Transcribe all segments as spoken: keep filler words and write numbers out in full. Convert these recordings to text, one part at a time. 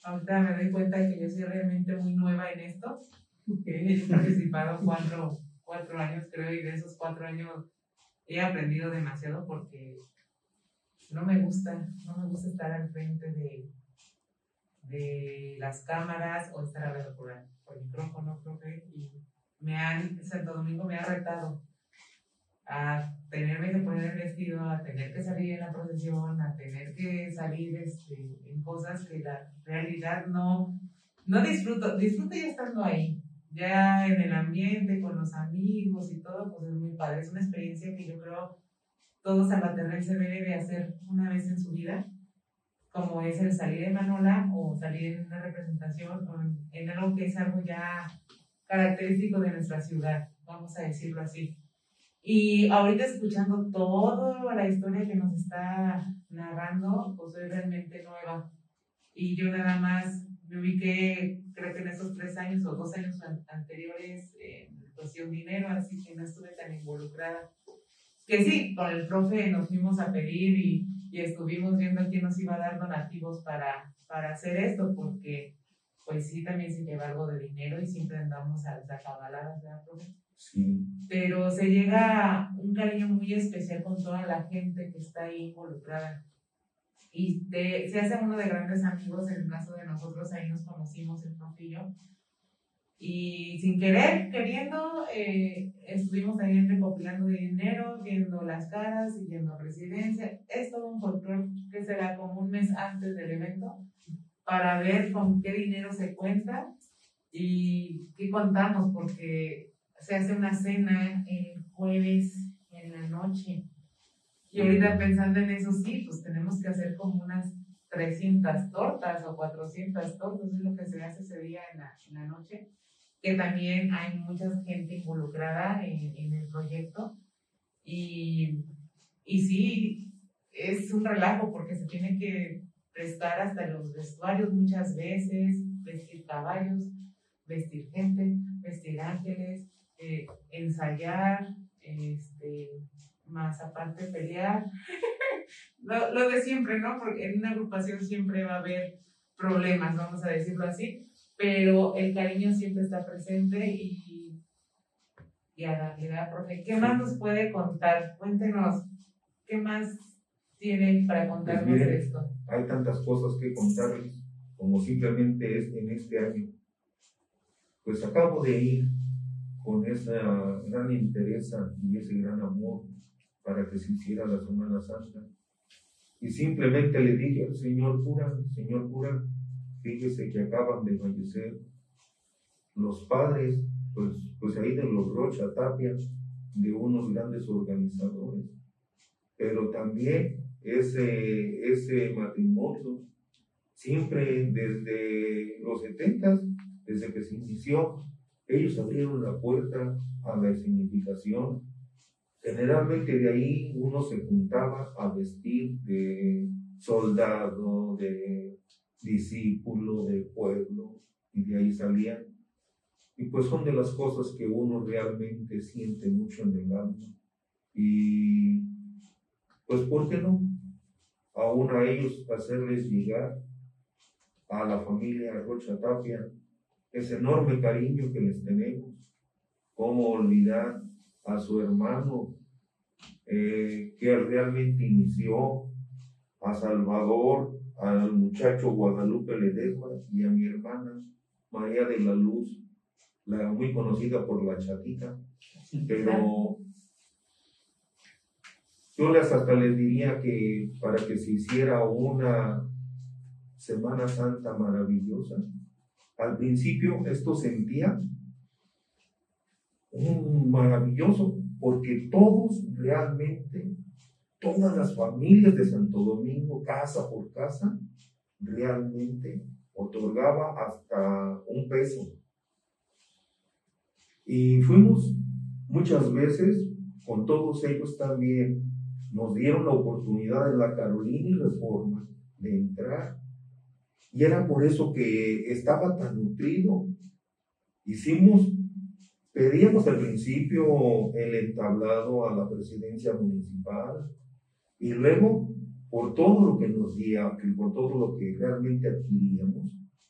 ahorita me doy cuenta de que yo soy realmente muy nueva en esto, que he participado cuatro, cuatro años creo, y de esos cuatro años he aprendido demasiado porque no me gusta, no me gusta estar al frente de, de las cámaras o estar hablando por, por micrófono, profe, y me han, Santo Domingo me ha retado a tenerme que poner el vestido, a tener que salir en la procesión, a tener que salir este, en cosas que la realidad no, no disfruto, disfruto ya estando ahí, ya en el ambiente, con los amigos y todo, pues es muy padre, es una experiencia que yo creo todo salvaterrense debe de hacer una vez en su vida, como es el salir de Manola o salir en una representación o en, en algo que es algo ya característico de nuestra ciudad, vamos a decirlo así. Y ahorita escuchando toda la historia que nos está narrando, pues soy realmente nueva. Y yo nada más me ubiqué, creo que en esos tres años o dos años an- anteriores, en cuestión dinero, así que no estuve tan involucrada. Que sí, con el profe nos fuimos a pedir y, y estuvimos viendo quién nos iba a dar donativos para, para hacer esto, porque pues sí, también se lleva algo de dinero y siempre andamos a las acabaladas, ¿verdad, profe? Sí. Pero se llega un cariño muy especial con toda la gente que está ahí involucrada. Y de, se hace uno de grandes amigos, en el caso de nosotros, ahí nos conocimos el profe y yo. Y sin querer, queriendo, eh, estuvimos también recopilando dinero, viendo las caras y yendo a presidencia. Es todo un folclore que será como un mes antes del evento para ver con qué dinero se cuenta y qué contamos, porque se hace una cena el jueves en la noche. Y ahorita pensando en eso, sí, pues tenemos que hacer como unas trescientas tortas o cuatrocientas tortas, es lo que se hace ese día en la, en la noche, que también hay mucha gente involucrada en, en el proyecto. Y, y sí, es un relajo porque se tiene que prestar hasta los vestuarios muchas veces, vestir caballos, vestir gente, vestir ángeles, eh, ensayar, este, más aparte pelear. lo, lo de siempre, ¿no? Porque en una agrupación siempre va a haber problemas, vamos a decirlo así, pero el cariño siempre está presente y, y a darle, ¿verdad, profe? ¿Qué más nos puede contar? Cuéntenos, ¿qué más tienen para contarnos Pues miren, de esto? hay tantas cosas que contarles, como simplemente es en este año. Pues acabo de ir con esa gran interés y ese gran amor para que se hiciera la Semana Santa. Y simplemente le dije al señor cura, señor cura, fíjese que acaban de fallecer los padres, pues, pues ahí de los Rocha Tapia, de unos grandes organizadores. Pero también ese, ese matrimonio, siempre desde los setentas, desde que se inició, ellos abrieron la puerta a la significación. Generalmente de ahí uno se juntaba a vestir de soldado, de discípulo, de pueblo, y de ahí salían. Y pues son de las cosas que uno realmente siente mucho en el alma. Y pues, ¿por qué no? Aún a ellos hacerles llegar a la familia Rocha Tapia ese enorme cariño que les tenemos. ¿Cómo olvidar a su hermano eh, que realmente inició, a Salvador, al muchacho Guadalupe Ledesma y a mi hermana María de la Luz, la muy conocida por la Chatita? Pero yo les hasta les diría que para que se hiciera una Semana Santa maravillosa, al principio esto sentía un maravilloso, porque todos realmente, todas las familias de Santo Domingo, casa por casa, realmente otorgaba hasta un peso. Y fuimos muchas veces con todos ellos también. Nos dieron la oportunidad en la Carolina y Reforma de entrar. Y era por eso que estaba tan nutrido. Hicimos, pedíamos al principio el entablado a la presidencia municipal. Y luego, por todo lo que nos día, por todo lo que realmente adquiríamos,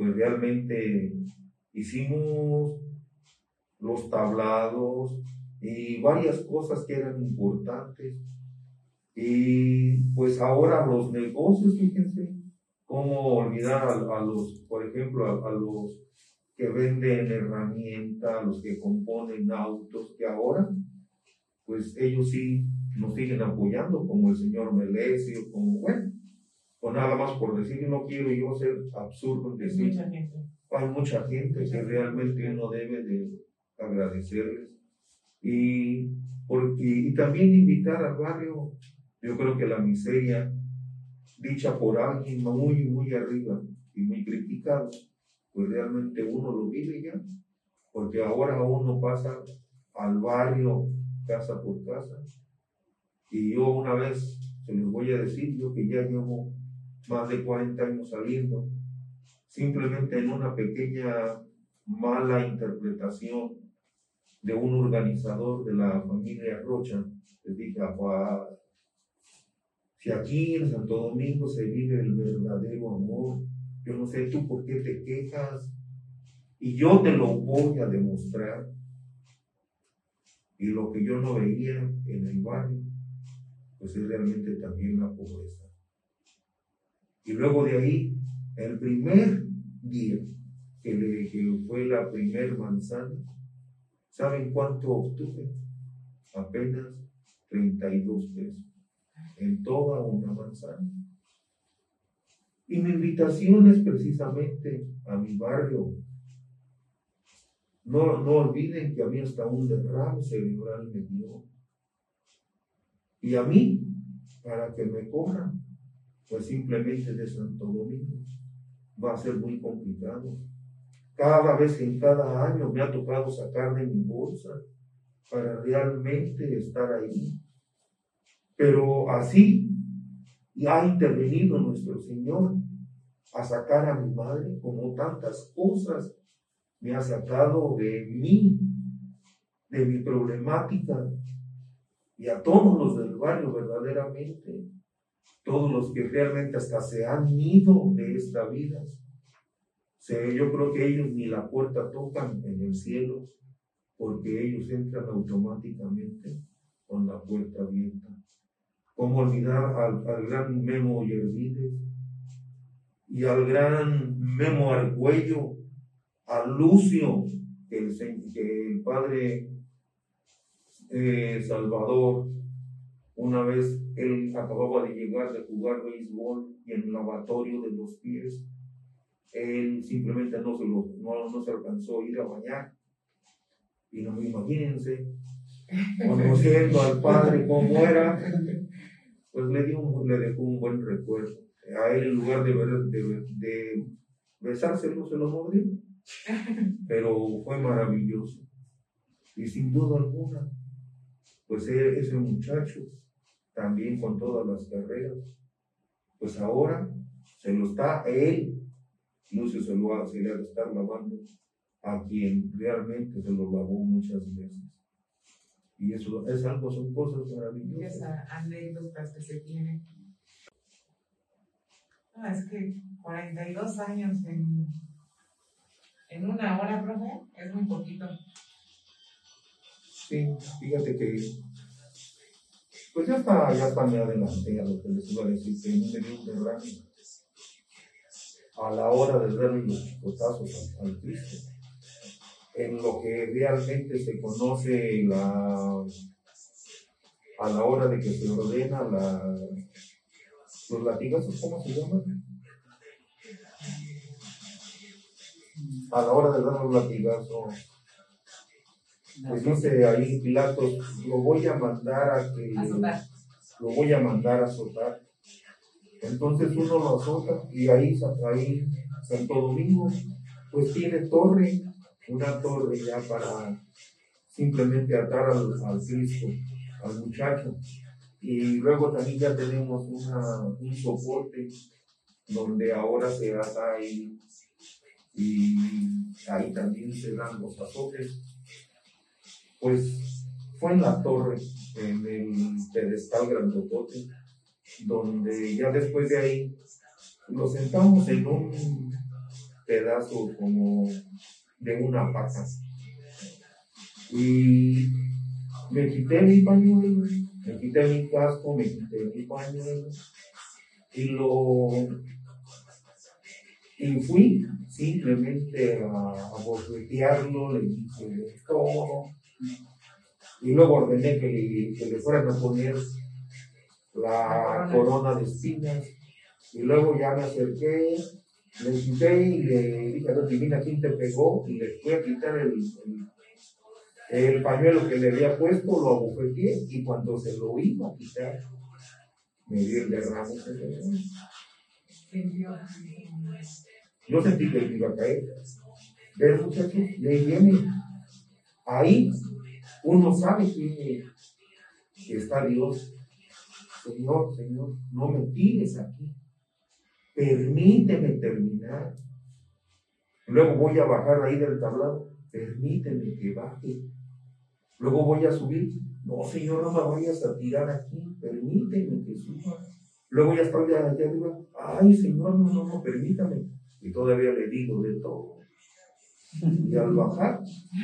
pues realmente hicimos los tablados y varias cosas que eran importantes. Y pues ahora los negocios, fíjense, cómo olvidar a, a los, por ejemplo, a, a los que venden herramientas, a los que componen autos, que ahora, pues ellos sí nos siguen apoyando, como el señor Melesio, como, bueno, o nada más por decir, no quiero yo ser absurdo en decir, Mucha gente. hay mucha gente Mucha que gente. realmente uno debe de agradecerles. Y, por, y, y también invitar al barrio, yo creo que la miseria dicha por alguien muy, muy arriba y muy criticado, pues realmente uno lo vive ya, porque ahora uno pasa al barrio casa por casa. Y yo una vez se los voy a decir, yo que ya llevo más de cuarenta años saliendo, simplemente en una pequeña mala interpretación de un organizador de la familia Rocha, les dije, "Apá, si aquí en Santo Domingo se vive el verdadero amor, yo no sé tú por qué te quejas, y yo te lo voy a demostrar". Y lo que yo no veía en el barrio, pues es realmente también la pobreza. Y luego de ahí, el primer día que, le, que fue la primer manzana, ¿saben cuánto obtuve? Apenas treinta y dos pesos en toda una manzana. Y mi invitación es precisamente a mi barrio. No, no olviden que a mí hasta un derrame cerebral me dio. Y a mí, para que me corran, pues simplemente de Santo Domingo, va a ser muy complicado. Cada vez en cada año me ha tocado sacar de mi bolsa para realmente estar ahí. Pero así ha intervenido nuestro Señor a sacar a mi madre, como tantas cosas me ha sacado de mí, de mi problemática, y a todos los del barrio verdaderamente, todos los que realmente hasta se han ido de esta vida. Se, yo creo que ellos ni la puerta tocan en el cielo, porque ellos entran automáticamente con la puerta abierta. ¿Cómo olvidar al, al gran Memo Yervides y al gran Memo Argüello, a Lucio, que el, que el padre eh, Salvador, una vez él acababa de llegar de jugar béisbol y en el lavatorio de los pies, él simplemente no se, lo, no, no se alcanzó a ir a bañar. Y no me imagínense, conociendo al padre como era, pues le, dio un, le dejó un buen recuerdo. A él, en lugar de, de, de besárselo, se lo mordió. Pero fue maravilloso. Y sin duda alguna, pues ese muchacho, también con todas las carreras, pues ahora se lo está, él, Lucio se lo se le ha de estar lavando a quien realmente se lo lavó muchas veces. Y eso es algo, son cosas maravillosas. Esas anécdotas que se tienen. No, es que cuarenta y dos años en, en una hora, profe, es muy poquito. Sí, fíjate que, pues ya está, ya está, me adelanté a lo que les iba a decir, que no me dio un derrame a la hora de darle los chicotazos al, al Cristo. En lo que realmente se conoce la, a la hora de que se ordena la, los latigazos, ¿cómo se llaman? A la hora de dar los latigazos, pues dice ahí Pilatos, lo voy a mandar a que Azotar. lo voy a mandar a azotar. Entonces uno lo azota y ahí, ahí Santo Domingo pues tiene torre, una torre ya para simplemente atar al, al Cristo, al muchacho. Y luego también ya tenemos una, un soporte donde ahora se ata ahí y ahí también se dan los azotes. Pues fue en la torre, en el pedestal grandotote, donde ya después de ahí lo sentamos en un, pedazo como de una pata. Y me quité mi pañuelo, me quité mi casco, me quité mi pañuelo y lo y fui simplemente a, a bofetearlo, le dije de todo y luego ordené que le, que le fueran a poner la corona de espinas y luego ya me acerqué, le quité y le dije a la divina quién te pegó y le fui a quitar el, el El pañuelo que le había puesto, lo abofeteé y cuando se lo iba a quitar, me dio el derrame. Yo sentí que me iba a caer. ¿Ves, muchachos? Y ahí viene. Ahí uno sabe que, que está Dios. Señor, Señor, no me tires aquí. Permíteme terminar. Luego voy a bajar ahí del tablado. Permíteme que baje. Luego voy a subir. No, Señor, no me vayas a tirar aquí. Permíteme que suba. Luego ya estoy allá arriba. Ay, Señor, no, no, no, permítame. Y todavía le digo de todo. Y al bajar,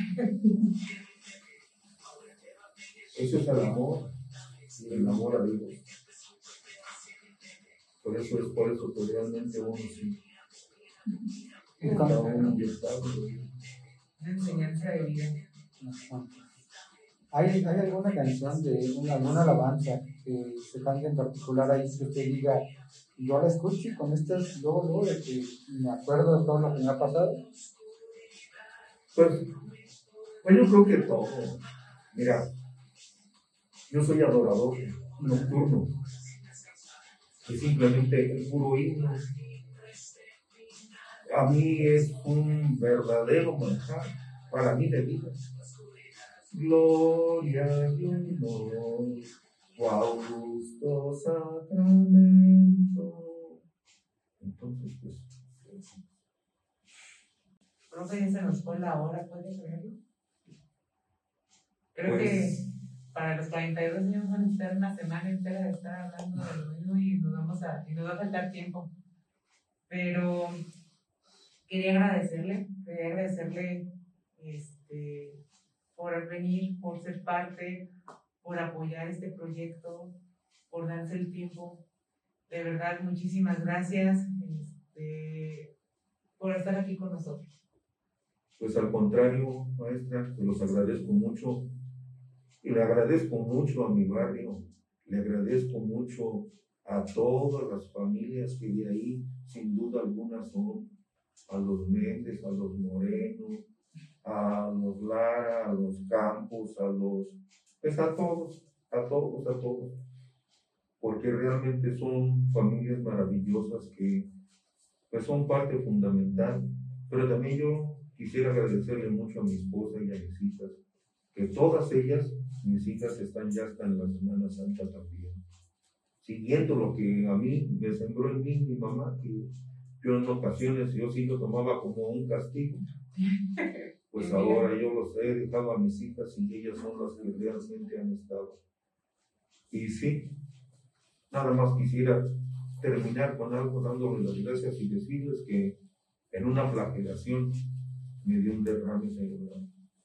eso es el amor. El amor a Dios. Por eso es por eso que realmente uno sí. Está uno y está Una enseñanza de vida. ¿Hay, ¿Hay alguna canción de una, alguna alabanza que se cante en particular ahí que usted diga, yo la escucho y con esto es luego, luego de que me acuerdo de todo lo que me ha pasado? Pues, pues yo creo que todo. Mira, yo soy adorador nocturno. Que simplemente el puro himno. A mí es un verdadero manjar para mí de vida. Gloria a Dios, Augusto Sacramento. Entonces, pues. Creo que ya se nos fue la hora, ¿puede creerlo? Creo Pues, que para los cuarenta y dos años van a necesitar una semana entera de estar hablando de lo mismo y nos, vamos a, y nos va a faltar tiempo. Pero quería agradecerle, quería agradecerle este, por venir, por ser parte, por apoyar este proyecto, por darse el tiempo. De verdad, muchísimas gracias este, por estar aquí con nosotros. Pues al contrario, maestra, te los agradezco mucho y le agradezco mucho a mi barrio, le agradezco mucho a todas las familias que de ahí, sin duda alguna, son a los Méndez, a los Moreno, a los Lara, a los Campos, a los, pues a todos, a todos, a todos, porque realmente son familias maravillosas que pues son parte fundamental, pero también yo quisiera agradecerle mucho a mi esposa y a mis hijas, que todas ellas, mis hijas, están ya hasta en la Semana Santa también, siguiendo lo que a mí me sembró en mí mi mamá, que yo en ocasiones yo sí lo tomaba como un castigo, pues ahora yo los he dejado a mis hijas y ellas son las que realmente han estado. Y sí, nada más quisiera terminar con algo dándole las gracias y decirles que en una flagelación me dio un derrame cerebral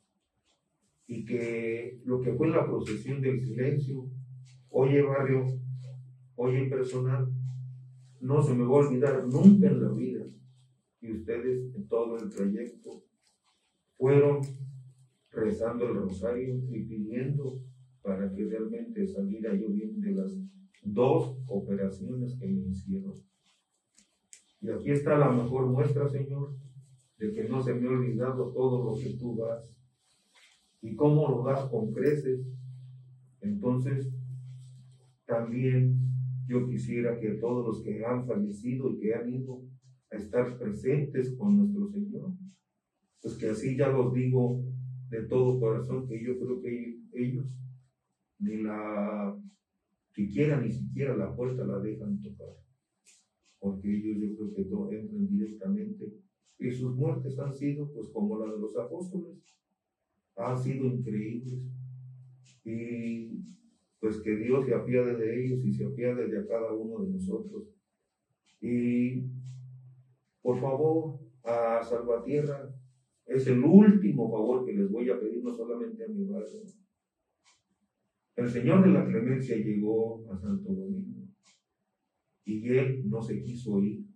y que lo que fue la procesión del silencio, oye barrio, oye personal, no se me va a olvidar nunca en la vida. Y ustedes en todo el trayecto fueron rezando el rosario y pidiendo para que realmente saliera yo bien de las dos operaciones que me hicieron. Y aquí está la mejor muestra, Señor, de que no se me ha olvidado todo lo que tú das y cómo lo das con creces. Entonces, también yo quisiera que todos los que han fallecido y que han ido a estar presentes con nuestro Señor, pues que así ya los digo de todo corazón, que yo creo que ellos ni la siquiera ni siquiera la puerta la dejan tocar, porque ellos yo creo que todo entran directamente y sus muertes han sido pues como la de los apóstoles, han sido increíbles y pues que Dios se apiade de ellos y se apiade de a cada uno de nosotros. Y por favor, a Salvatierra. Es el último favor que les voy a pedir, no solamente a mi barrio. El Señor de la Clemencia llegó a Santo Domingo y Él no se quiso ir.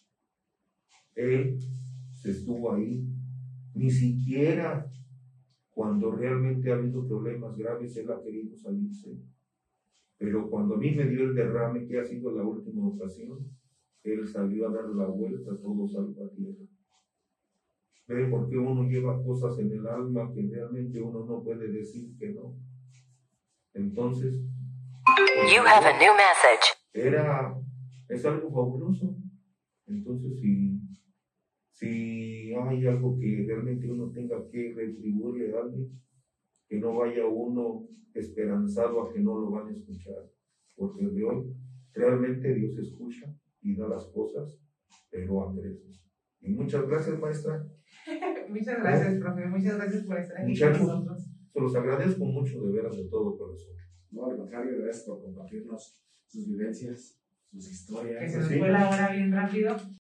Él se estuvo ahí. Ni siquiera cuando realmente ha habido problemas graves, Él ha querido salirse. Pero cuando a mí me dio el derrame, que ha sido la última ocasión, Él salió a dar la vuelta a todo Salvatierra. ¿Ve por qué uno lleva cosas en el alma que realmente uno no puede decir que no? Entonces, You have a new message. Era, es algo fabuloso. Entonces, si, si hay algo que realmente uno tenga que retribuirle a alguien, que no vaya uno esperanzado a que no lo van a escuchar, porque de hoy realmente Dios escucha y da las cosas, pero a creces. Y muchas gracias, maestra. Muchas gracias, profe. Muchas gracias por estar aquí Muchachos, con nosotros. Se los agradezco mucho de veras de todo corazón. No, al contrario, gracias por compartirnos sus vivencias, sus historias. Que se nos Sí. fue la hora bien rápido.